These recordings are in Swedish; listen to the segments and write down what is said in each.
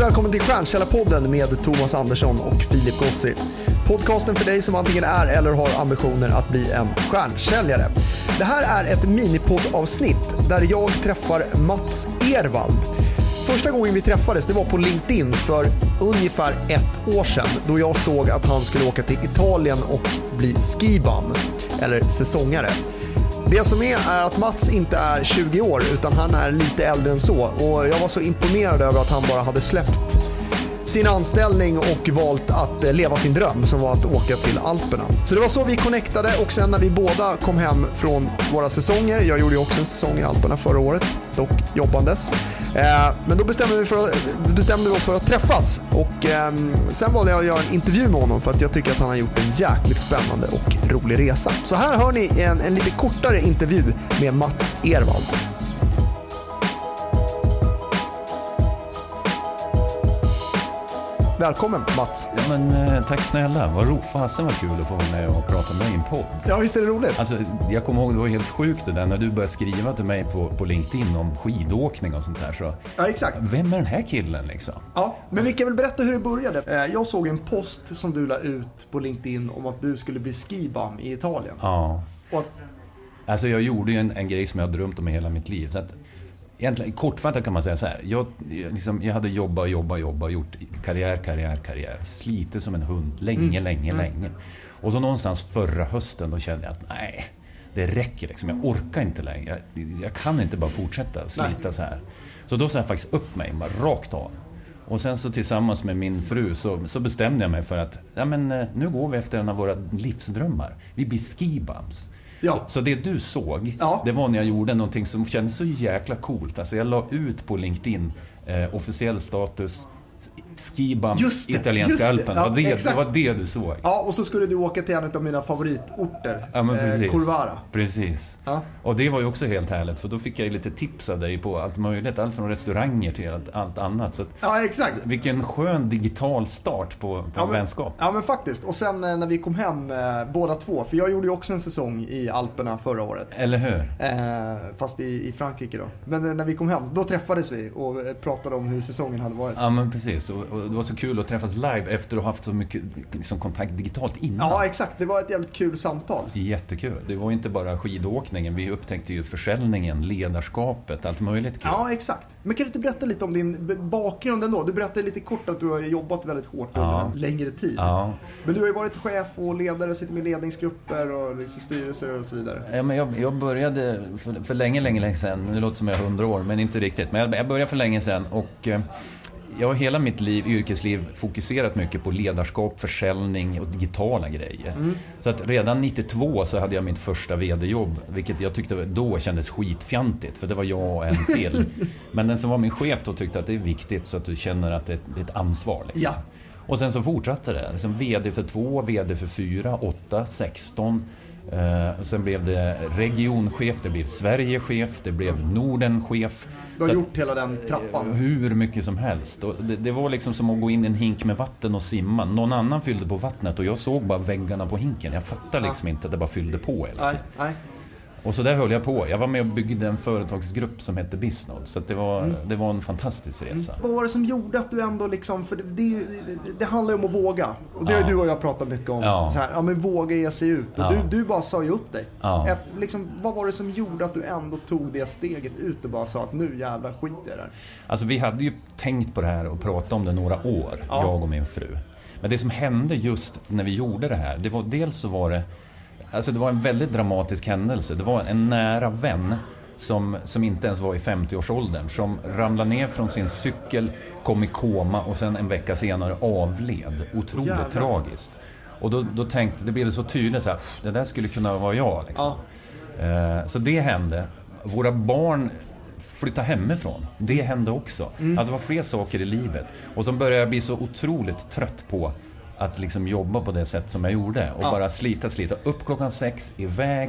välkommen till Stjärnkällarpodden med Thomas Andersson och Filip Gossi. Podcasten för dig som antingen är eller har ambitioner att bli en stjärnsäljare. Det här är ett minipoddavsnitt där jag träffar Mats Ervald. Första gången vi träffades det var på LinkedIn för ungefär 1 år sedan då jag såg att han skulle åka till Italien och bli skibum, eller säsongare. Det som är att Mats inte är 20 år utan han är lite äldre än så, och jag var så imponerad över att han bara hade släppt sin anställning och valt att leva sin dröm som var att åka till Alperna. Så det var så vi connectade, och sen när vi båda kom hem från våra säsonger, jag gjorde ju också en säsong i Alperna förra året, dock jobbandes, men då bestämde vi oss för att träffas, och sen valde jag att göra en intervju med honom för att jag tycker att han har gjort en jäkligt spännande och rolig resa. Så här hör ni en lite kortare intervju med Mats Ervald. Välkommen Mats. Ja, men tack snälla, vad fasen var kul att få vara med och prata med i en podd. Ja, visst är det roligt. Alltså, jag kommer ihåg, det var helt sjukt det där när du började skriva till mig på LinkedIn om skidåkning och sånt där. Så, ja, exakt. Vem är den här killen liksom? Ja, men vi kan väl berätta hur det började. Jag såg en post som du la ut på LinkedIn om att du skulle bli skibum i Italien. Ja. Och... Alltså jag gjorde ju en grej som jag har drömt om i hela mitt liv. Så att, egentligen, kortfattat kan man säga så här. Jag hade jobbat, gjort karriär. Slitit som en hund länge. Och så någonstans förra hösten då kände jag att nej, det räcker liksom. Jag orkar inte längre. Jag kan inte bara fortsätta slita så här. Så då sa jag faktiskt upp mig, bara rakt av. Och sen så tillsammans med min fru så bestämde jag mig för att nu går vi efter en av våra livsdrömmar. Vi blir skibums. Ja. Så det du såg, det var när jag gjorde någonting som kändes så jäkla coolt. Alltså jag la ut på LinkedIn officiell status skibum italienska Alpen. Ja, det var det du såg. Ja, och så skulle du åka till en av mina favoritorter, Corvara. Precis. Ja. Och det var ju också helt härligt, för då fick jag lite tips av dig på allt möjligt, allt från restauranger till allt annat. Så att, ja, exakt. Vilken skön digital start på vänskap. Ja, men faktiskt. Och sen när vi kom hem båda två, för jag gjorde ju också en säsong i Alperna förra året. Eller hur? Fast i Frankrike då. Men när vi kom hem, då träffades vi och pratade om hur säsongen hade varit. Ja, men precis. Och det var så kul att träffas live efter att ha haft så mycket liksom, kontakt digitalt innan. Ja, exakt. Det var ett jävligt kul samtal. Jättekul. Det var inte bara skidåkningen. Vi upptäckte ju försäljningen, ledarskapet, allt möjligt kul. Ja, exakt. Men kan du inte berätta lite om din bakgrund ändå? Du berättade lite kort att du har jobbat väldigt hårt under en längre tid. Ja. Men du har ju varit chef och ledare, sitter med ledningsgrupper och liksom styrelser och så vidare. Ja, men jag började för länge sedan. Det låter som jag är 100 år, men inte riktigt. Men jag började för länge sedan, och jag har hela mitt yrkesliv fokuserat mycket på ledarskap, försäljning och digitala grejer. Så att redan 92 så hade jag mitt första vd-jobb, vilket jag tyckte då kändes skitfjantigt, för det var jag och en till. Men den som var min chef då tyckte att det är viktigt, så att du känner att det är ett ansvar. Liksom. Ja. Och sen så fortsatte det. Liksom vd för 2, vd för 4, 8, 16. Och sen blev det regionchef, det blev Sverigechef, det blev Nordenchef. Du har gjort hela den trappan. Hur mycket som helst. Och det var liksom som att gå in i en hink med vatten och simma. Någon annan fyllde på vattnet och jag såg bara väggarna på hinken. Jag fattade liksom inte att det bara fyllde på. Nej. Och så där höll jag på. Jag var med och byggde en företagsgrupp som hette Bisnode. Så att det var en fantastisk resa. Vad var det som gjorde att du ändå liksom... För det handlar ju om att våga. Och det har du och jag pratat mycket om. Så här, men våga ge sig ut. Och du bara sa ju upp dig. Vad var det som gjorde att du ändå tog det steget ut och bara sa att nu jävla skit i det där? Alltså vi hade ju tänkt på det här och pratat om det några år. Jag och min fru. Men det som hände just när vi gjorde det här, det var dels så var det... Alltså det var en väldigt dramatisk händelse. Det var en nära vän som inte ens var i 50-årsåldern, som ramlade ner från sin cykel, kom i koma och sen en vecka senare avled. Otroligt tragiskt. Och då tänkte, det blev så tydligt så här, det där skulle kunna vara jag liksom. Så det hände. Våra barn flytta hemifrån. Det hände också. Alltså det var fler saker i livet. Och så började jag bli så otroligt trött på att liksom jobba på det sätt som jag gjorde. Och bara slita. Upp 6:00, iväg,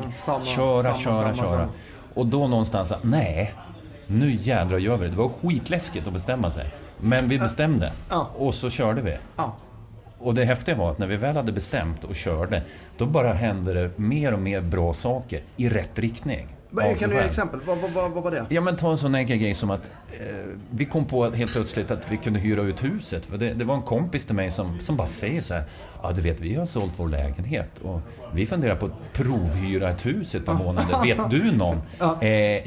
köra. Och då någonstans, nej, nu jädrar gör vi det. Det var skitläskigt att bestämma sig. Men vi bestämde. Och så körde vi. Och det häftiga var att när vi väl hade bestämt och körde, då bara hände det mer och mer bra saker i rätt riktning. Kan du ge exempel? Vad var det? Ja, men ta en sån enkel grej som att vi kom på helt plötsligt att vi kunde hyra ut huset. För det var en kompis till mig som bara säger så här: ja, du vet, vi har sålt vår lägenhet och vi funderar på att provhyra ett hus ett par månader. Vet du någon? Ja, det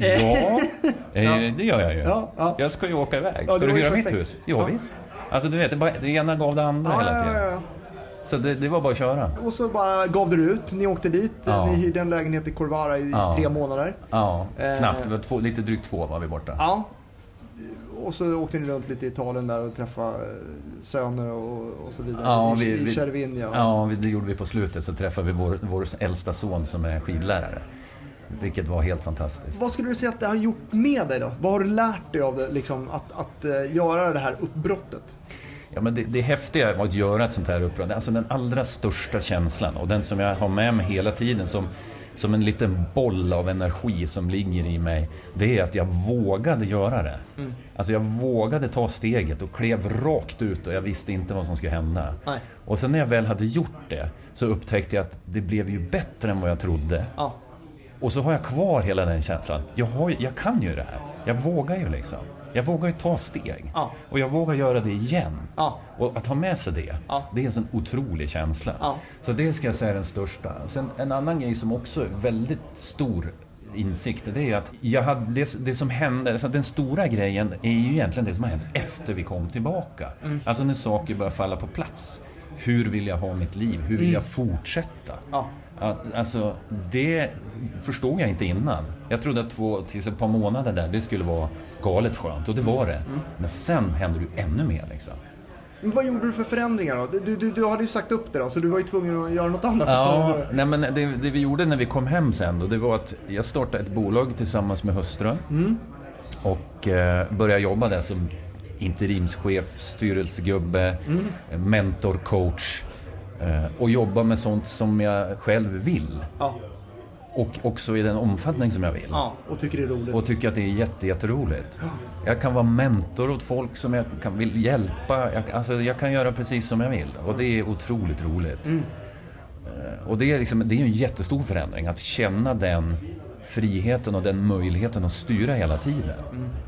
gör jag ju. Jag ska ju åka iväg. Ska du hyra mitt hus? Ja, visst. Alltså du vet, det ena gav det andra hela tiden. Ja. Så det var bara att köra. Och så bara gav du ut. Ni åkte dit. Ni hyrde en lägenhet i Corvara i 3 månader. Ja, knappt. Det var lite drygt 2 var vi borta. Ja. Och så åkte ni runt lite i Italien där och träffade söner och så vidare. I Cervinia. Ja, det gjorde vi på slutet. Så träffade vi vår äldsta son som är skidlärare. Vilket var helt fantastiskt. Vad skulle du säga att det har gjort med dig då? Vad har du lärt dig av det, liksom, att göra det här uppbrottet? Ja, men det häftiga med att göra ett sånt här uppbrott, alltså den allra största känslan och den som jag har med mig hela tiden som en liten boll av energi som ligger i mig, det är att jag vågade göra det. Alltså jag vågade ta steget och klev rakt ut och jag visste inte vad som skulle hända. Nej. Och sen när jag väl hade gjort det så upptäckte jag att det blev ju bättre än vad jag trodde. Ja. Och så har jag kvar hela den känslan. Jag kan ju det här. Jag vågar ju liksom. Jag vågar ju ta steg. Ja. Och jag vågar göra det igen. Ja. Och att ha med sig det, det är en sån otrolig känsla. Ja. Så det ska jag säga är den största. Sen en annan grej som också är väldigt stor insikt, det är att jag hade det som hände, alltså den stora grejen är ju egentligen det som har hänt efter vi kom tillbaka. Alltså när saker börjar falla på plats. Hur vill jag ha mitt liv? Hur vill jag fortsätta? Ja. Alltså det förstod jag inte innan. Jag trodde att 2 till ett par månader där det skulle vara galet skönt, och det var det. Men sen hände det ju ännu mer liksom. Men vad gjorde du för förändringar då? Du hade ju sagt upp det då, så du var ju tvungen att göra något annat. Ja, nej, men det vi gjorde när vi kom hem sen då, det var att jag startade ett bolag tillsammans med hustrun och började jobba där som interimschef, styrelsegubbe, mentor, coach, och jobba med sånt som jag själv vill. Ja. Och också i den omfattning som jag vill. Ja, och tycker det är roligt. Och tycker att det är jätteroligt. Ja. Jag kan vara mentor åt folk som jag vill hjälpa. Jag kan göra precis som jag vill. Och det är otroligt roligt. Och det är en jättestor förändring. Att känna den friheten och den möjligheten att styra hela tiden.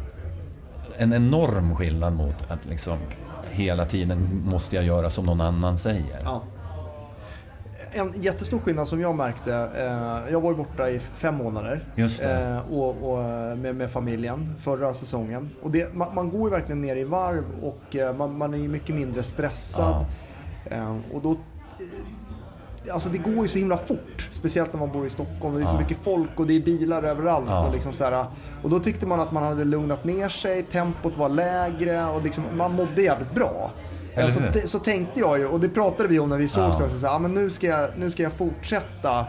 En enorm skillnad mot att liksom hela tiden måste jag göra som någon annan säger. Ja. En jättestor skillnad som jag märkte, jag var ju borta i 5 månader. Just det. Och med familjen förra säsongen. Och man går ju verkligen ner i varv och man är ju mycket mindre stressad. Ja. Och då, alltså det går ju så himla fort, speciellt när man bor i Stockholm. Det är så mycket folk och det är bilar överallt. Ja. Och, liksom så här, och då tyckte man att man hade lugnat ner sig, tempot var lägre och liksom, man mådde jävligt bra. Så tänkte jag ju, och det pratade vi om när vi såg så men nu ska jag fortsätta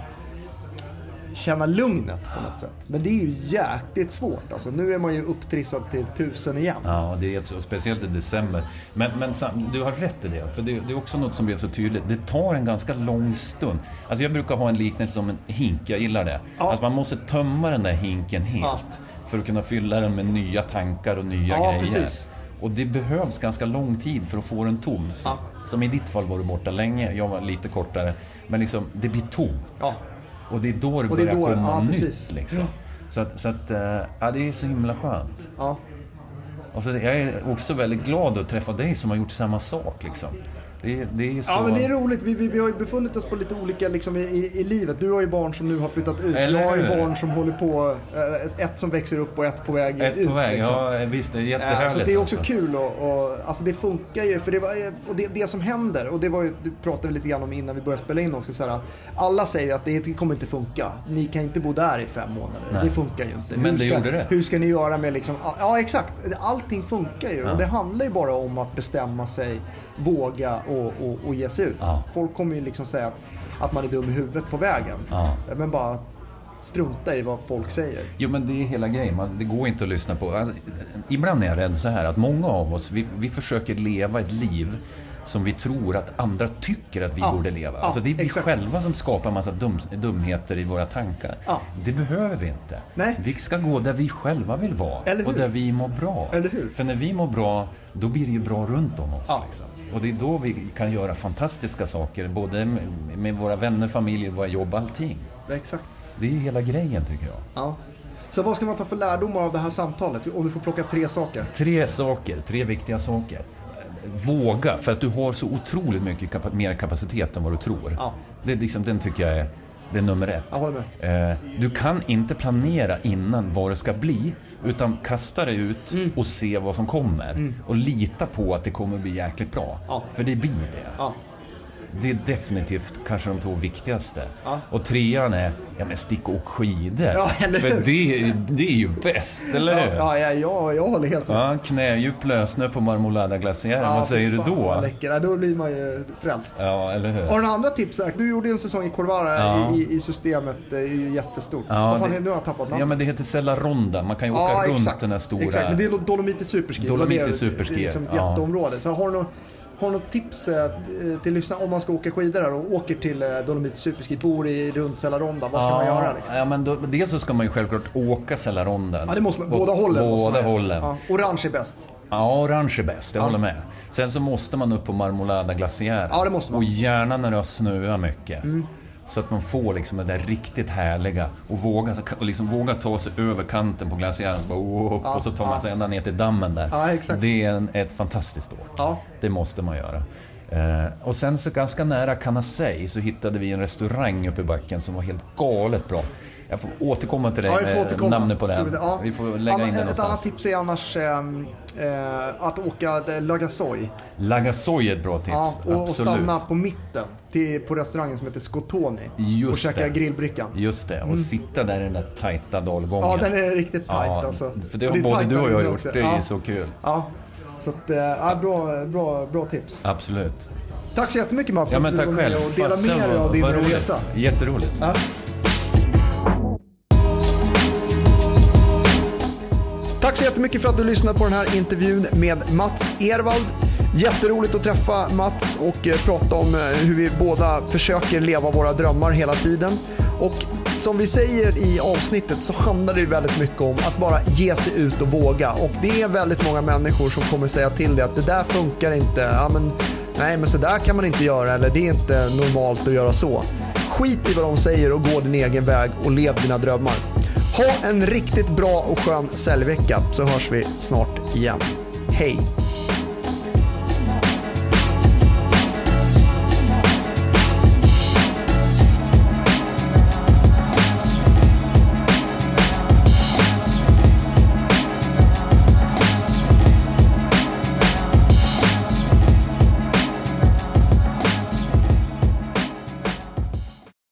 känna lugnet på något sätt. Men det är ju jäkligt svårt. Alltså, nu är man ju upptrissad till 1000 igen. Ja, det är speciellt i december. Men du har rätt i det. För det är också något som blir så tydligt. Det tar en ganska lång stund. Alltså jag brukar ha en liknelse som en hink. Jag gillar det. Ja. Alltså man måste tömma den där hinken helt. För att kunna fylla den med nya tankar och nya grejer. Precis. Och det behövs ganska lång tid för att få den tom. Som i ditt fall var du borta länge. Jag var lite kortare. Men liksom, det blir tomt. Ja. Och det är då det börjar komma nytt. Liksom. Så att det är så himla skönt. Ja. Och så jag är också väldigt glad att träffa dig som har gjort samma sak. Liksom. Det är så... Ja, men det är roligt. Vi har ju befunnit oss på lite olika liksom, i livet. Du har ju barn som nu har flyttat ut. Jag har ju barn som håller på, ett som växer upp och ett på väg ut. På väg, liksom. Ja visst, det är jättehärligt. Så det är också kul och alltså det funkar ju. För det som händer, och det var ju, det pratade vi lite grann om innan vi började spela in också. Så här, alla säger att det kommer inte funka. Ni kan inte bo där i 5 månader. Nej. Det funkar ju inte. Men gjorde det. Hur ska ni göra med liksom... Ja, exakt. Allting funkar ju. Ja. Och det handlar ju bara om att bestämma sig, våga och ge sig ut. Ja. Folk kommer ju liksom säga att man är dum i huvudet på vägen. Ja. Men bara strunta i vad folk säger. Jo, men det är hela grejen. Det går inte att lyssna på. Alltså, ibland är jag rädd så här att många av oss, vi försöker leva ett liv som vi tror att andra tycker att vi borde leva. Alltså det är vi själva som skapar en massa dumheter i våra tankar. Ja. Det behöver vi inte. Nej. Vi ska gå där vi själva vill vara. Och där vi mår bra. Eller hur? För när vi mår bra, då blir det ju bra runt om oss. Ja. Liksom. Och det är då vi kan göra fantastiska saker. Både med våra vänner, familjer, våra jobb, allting. Exakt. Det är hela grejen tycker jag. Ja. Så vad ska man ta för lärdomar av det här samtalet? Om du får plocka 3 saker. 3 viktiga saker. Våga, för att du har så otroligt mycket mer kapacitet än vad du tror. Ja. Det är liksom, den tycker jag är nummer 1. Jag håller med. Du kan inte planera innan vad det ska bli, utan kasta det ut och se vad som kommer. Och lita på att det kommer bli jäkligt bra. Ja. För det blir det. Ja. Det är definitivt kanske de 2 viktigaste. Ja. Och 3:an är, stick och åk skidor. Ja, eller hur? För det är ju bäst, eller hur? Ja, jag håller helt med. Ja, knädjup lösnö på Marmolada glaciär. Vad säger du då? Läcker. Då blir man ju frälst. Ja, eller hur? Har du några andra tips? Du gjorde en säsong i Corvara i systemet. Det är ju jättestort. Ja, Vad fan är det du har tappat namn? Ja, men det heter Sella Ronda. Man kan ju åka runt exakt. den här stora... Exakt, men det är Dolomiti Superski. Dolomiti Superski. Det är liksom ett jätteområde. Så har du något tips till lyssnarna om man ska åka skidor där och åker till Dolomiti Superski, bor i runt Sella Ronda, vad ska man göra liksom? Ja, men dels så ska man ju självklart åka Sella Ronda. Ja, det måste man. Båda hållen. Ja. Orange är bäst. Ja, orange är bäst, jag håller med. Sen så måste man upp på Marmolada glaciär. Ja, det måste man. Och gärna när det har snöat mycket. Så att man får liksom det där riktigt härliga och våga ta sig över kanten på glaciären och så tar man sig ända ner till dammen där. Ja, exakt. Det är ett fantastiskt åk. Ja. Det måste man göra. Och sen så ganska nära Canasei så hittade vi en restaurang uppe i backen som var helt galet bra. Jag får återkomma till det, namnet på den. Ja. Vi får lägga in det någonstans. Ett annat tips är annars att åka Lagasoy. Lagasoy är ett bra tips, och stanna på mitten på restaurangen som heter Scotoni. Just och käka grillbrickan. Just det, och sitta där i den där tajta dalgången. Ja, den är riktigt tajt alltså. För det har både du och jag gjort, det är så kul. Ja, så att, bra tips. Absolut. Tack så jättemycket Mats för att du var med och dela med dig av din resa. Jätteroligt. Ja. Tack så jättemycket för att du lyssnade på den här intervjun med Mats Ervald. Jätteroligt att träffa Mats och prata om hur vi båda försöker leva våra drömmar hela tiden. Och som vi säger i avsnittet så handlar det väldigt mycket om att bara ge sig ut och våga. Och det är väldigt många människor som kommer säga till dig att det där funkar inte. Nej, men så där kan man inte göra, eller det är inte normalt att göra så. Skit i vad de säger och gå din egen väg och lev dina drömmar. Ha en riktigt bra och skön säljvecka så hörs vi snart igen. Hej!